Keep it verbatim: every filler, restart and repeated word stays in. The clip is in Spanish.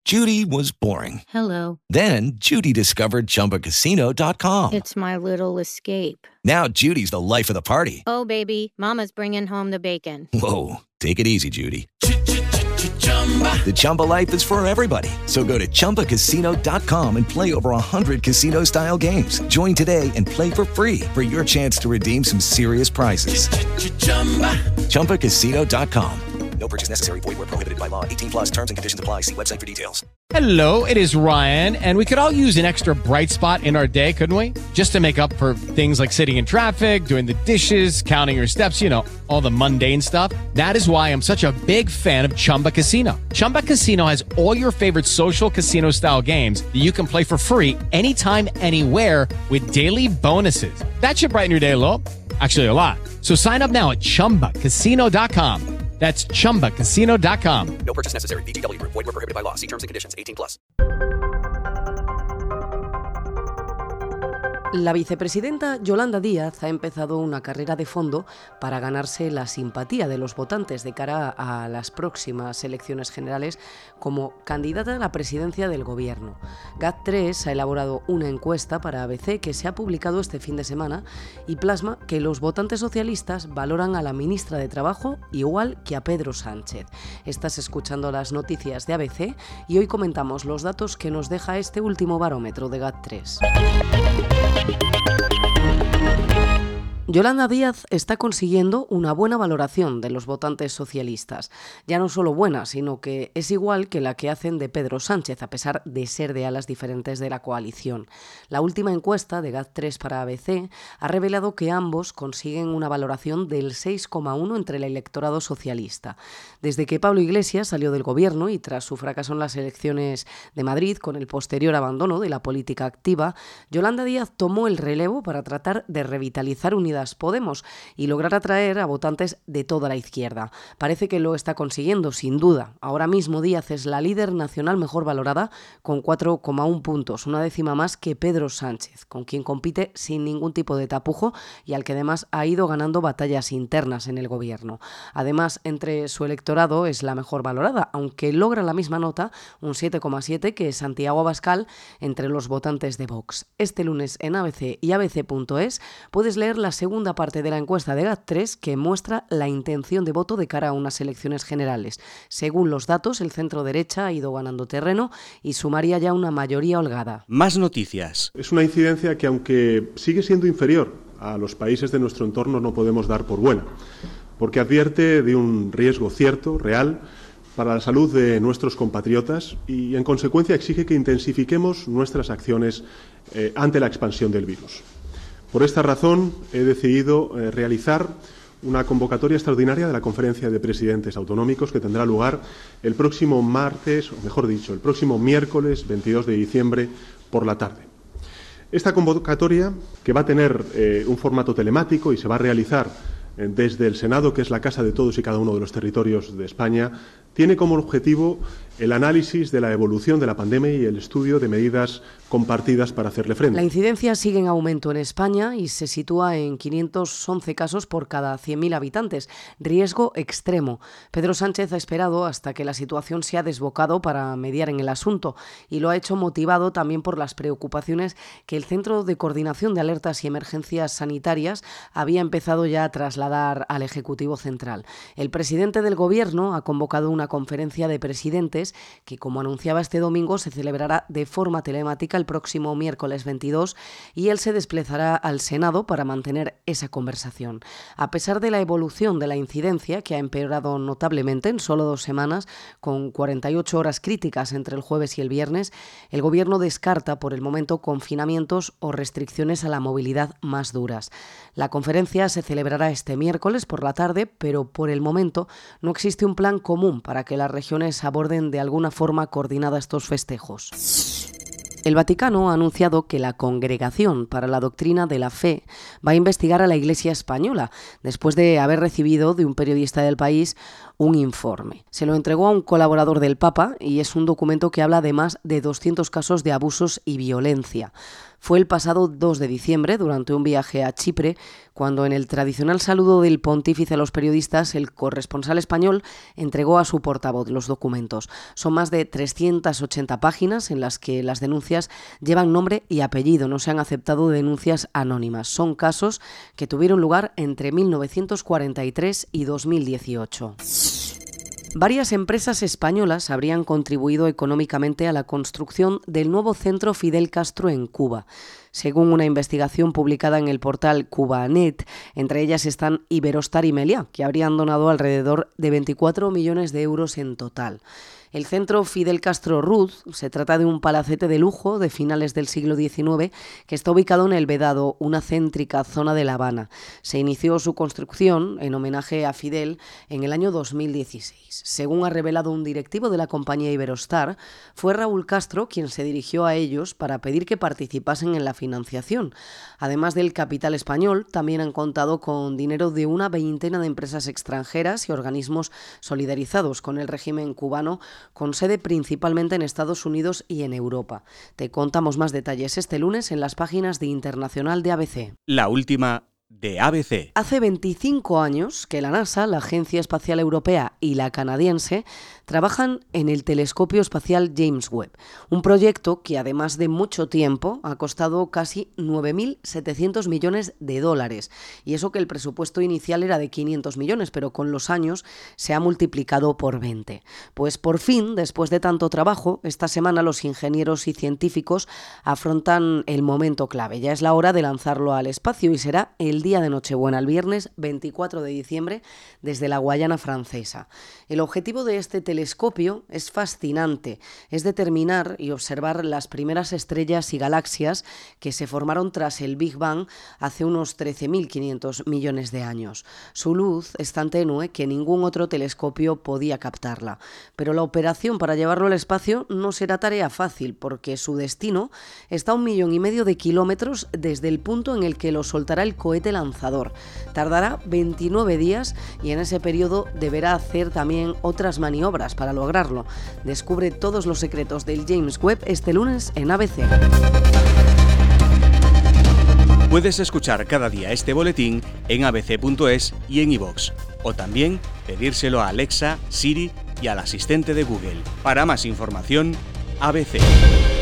Judy was boring. Hello. Then Judy discovered Chumba Casino dot com. It's my little escape. Now Judy's the life of the party. Oh, baby, mama's bringing home the bacon. Whoa, take it easy, Judy. The Chumba life is for everybody. So go to Chumba Casino dot com and play over one hundred casino-style games. Join today and play for free for your chance to redeem some serious prizes. Chumba Casino dot com. No purchase necessary. Void where prohibited by law. eighteen plus terms and conditions apply. See website for details. Hello, it is Ryan, and we could all use an extra bright spot in our day, couldn't we? Just to make up for things like sitting in traffic, doing the dishes, counting your steps, you know, all the mundane stuff. That is why I'm such a big fan of Chumba Casino. Chumba Casino has all your favorite social casino-style games that you can play for free anytime, anywhere with daily bonuses. That should brighten your day a little. Actually, a lot. So sign up now at Chumba Casino dot com. That's Chumba Casino dot com. No purchase necessary. V G W. Void where prohibited by law. See terms and conditions. eighteen plus. La vicepresidenta Yolanda Díaz ha empezado una carrera de fondo para ganarse la simpatía de los votantes de cara a las próximas elecciones generales como candidata a la presidencia del gobierno. G A T tres ha elaborado una encuesta para A B C que se ha publicado este fin de semana y plasma que los votantes socialistas valoran a la ministra de Trabajo igual que a Pedro Sánchez. Estás escuchando las noticias de A B C y hoy comentamos los datos que nos deja este último barómetro de G A T tres. Yolanda Díaz está consiguiendo una buena valoración de los votantes socialistas. Ya no solo buena, sino que es igual que la que hacen de Pedro Sánchez, a pesar de ser de alas diferentes de la coalición. La última encuesta de G A T tres para A B C ha revelado que ambos consiguen una valoración del seis coma uno entre el electorado socialista. Desde que Pablo Iglesias salió del gobierno y tras su fracaso en las elecciones de Madrid, con el posterior abandono de la política activa, Yolanda Díaz tomó el relevo para tratar de revitalizar Unidas Podemos y lograr atraer a votantes de toda la izquierda. Parece que lo está consiguiendo, sin duda. Ahora mismo Díaz es la líder nacional mejor valorada con cuatro coma uno puntos, una décima más que Pedro Sánchez, con quien compite sin ningún tipo de tapujo y al que además ha ido ganando batallas internas en el gobierno. Además, entre su electorado es la mejor valorada, aunque logra la misma nota, un siete coma siete, que Santiago Abascal entre los votantes de Vox. Este lunes en A B C y A B C punto es puedes leer la segunda segunda parte de la encuesta de G A T tres que muestra la intención de voto de cara a unas elecciones generales. Según los datos, el centro derecha ha ido ganando terreno y sumaría ya una mayoría holgada. Más noticias. Es una incidencia que, aunque sigue siendo inferior a los países de nuestro entorno, no podemos dar por buena, porque advierte de un riesgo cierto, real, para la salud de nuestros compatriotas y, en consecuencia, exige que intensifiquemos nuestras acciones eh, ante la expansión del virus. Por esta razón, he decidido eh, realizar una convocatoria extraordinaria de la Conferencia de Presidentes Autonómicos que tendrá lugar el próximo martes, o mejor dicho, el próximo miércoles veintidós de diciembre por la tarde. Esta convocatoria, que va a tener eh, un formato telemático y se va a realizar eh, desde el Senado, que es la casa de todos y cada uno de los territorios de España, tiene como objetivo el análisis de la evolución de la pandemia y el estudio de medidas compartidas para hacerle frente. La incidencia sigue en aumento en España y se sitúa en quinientos once casos por cada cien mil habitantes. Riesgo extremo. Pedro Sánchez ha esperado hasta que la situación se ha desbocado para mediar en el asunto y lo ha hecho motivado también por las preocupaciones que el Centro de Coordinación de Alertas y Emergencias Sanitarias había empezado ya a trasladar al Ejecutivo Central. El presidente del Gobierno ha convocado una conferencia de presidentes que, como anunciaba este domingo, se celebrará de forma telemática el próximo miércoles veintidós y él se desplazará al Senado para mantener esa conversación. A pesar de la evolución de la incidencia, que ha empeorado notablemente en solo dos semanas, con cuarenta y ocho horas críticas entre el jueves y el viernes, el Gobierno descarta por el momento confinamientos o restricciones a la movilidad más duras. La conferencia se celebrará este miércoles por la tarde, pero por el momento no existe un plan común para que las regiones aborden de alguna forma coordinada estos festejos. El Vaticano ha anunciado que la Congregación para la Doctrina de la Fe va a investigar a la Iglesia española después de haber recibido de un periodista del país un informe. Se lo entregó a un colaborador del Papa y es un documento que habla de más de doscientos casos de abusos y violencia. fue el pasado dos de diciembre, durante un viaje a Chipre, cuando en el tradicional saludo del pontífice a los periodistas, el corresponsal español entregó a su portavoz los documentos. Son más de trescientas ochenta páginas en las que las denuncias llevan nombre y apellido. No se han aceptado denuncias anónimas. Son casos que tuvieron lugar entre mil novecientos cuarenta y tres y dos mil dieciocho. Varias empresas españolas habrían contribuido económicamente a la construcción del nuevo centro Fidel Castro en Cuba. Según una investigación publicada en el portal Cubanet, entre ellas están Iberostar y Meliá, que habrían donado alrededor de veinticuatro millones de euros en total. El centro Fidel Castro Ruz se trata de un palacete de lujo de finales del siglo diecinueve que está ubicado en El Vedado, una céntrica zona de La Habana. Se inició su construcción en homenaje a Fidel en el año dos mil dieciséis. Según ha revelado un directivo de la compañía Iberostar, fue Raúl Castro quien se dirigió a ellos para pedir que participasen en la financiación. Además del capital español, también han contado con dinero de una veintena de empresas extranjeras y organismos solidarizados con el régimen cubano, con sede principalmente en Estados Unidos y en Europa. Te contamos más detalles este lunes en las páginas de Internacional de A B C. La última de A B C. Hace veinticinco años que la NASA, la Agencia Espacial Europea y la canadiense trabajan en el telescopio espacial James Webb, un proyecto que además de mucho tiempo ha costado casi nueve mil setecientos millones de dólares, y eso que el presupuesto inicial era de quinientos millones, pero con los años se ha multiplicado por veinte. Pues por fin, después de tanto trabajo, esta semana los ingenieros y científicos afrontan el momento clave. Ya es la hora de lanzarlo al espacio y será el día de Nochebuena, el viernes veinticuatro de diciembre, desde la Guayana Francesa. El objetivo de este telescopio telescopio es fascinante, es determinar y observar las primeras estrellas y galaxias que se formaron tras el Big Bang hace unos trece mil quinientos millones de años. Su luz es tan tenue que ningún otro telescopio podía captarla, pero la operación para llevarlo al espacio no será tarea fácil porque su destino está a un millón y medio de kilómetros desde el punto en el que lo soltará el cohete lanzador. Tardará veintinueve días y en ese periodo deberá hacer también otras maniobras para lograrlo. Descubre todos los secretos del James Webb este lunes en A B C. Puedes escuchar cada día este boletín en a b c punto es y en iVoox, o también pedírselo a Alexa, Siri y al asistente de Google. Para más información, A B C.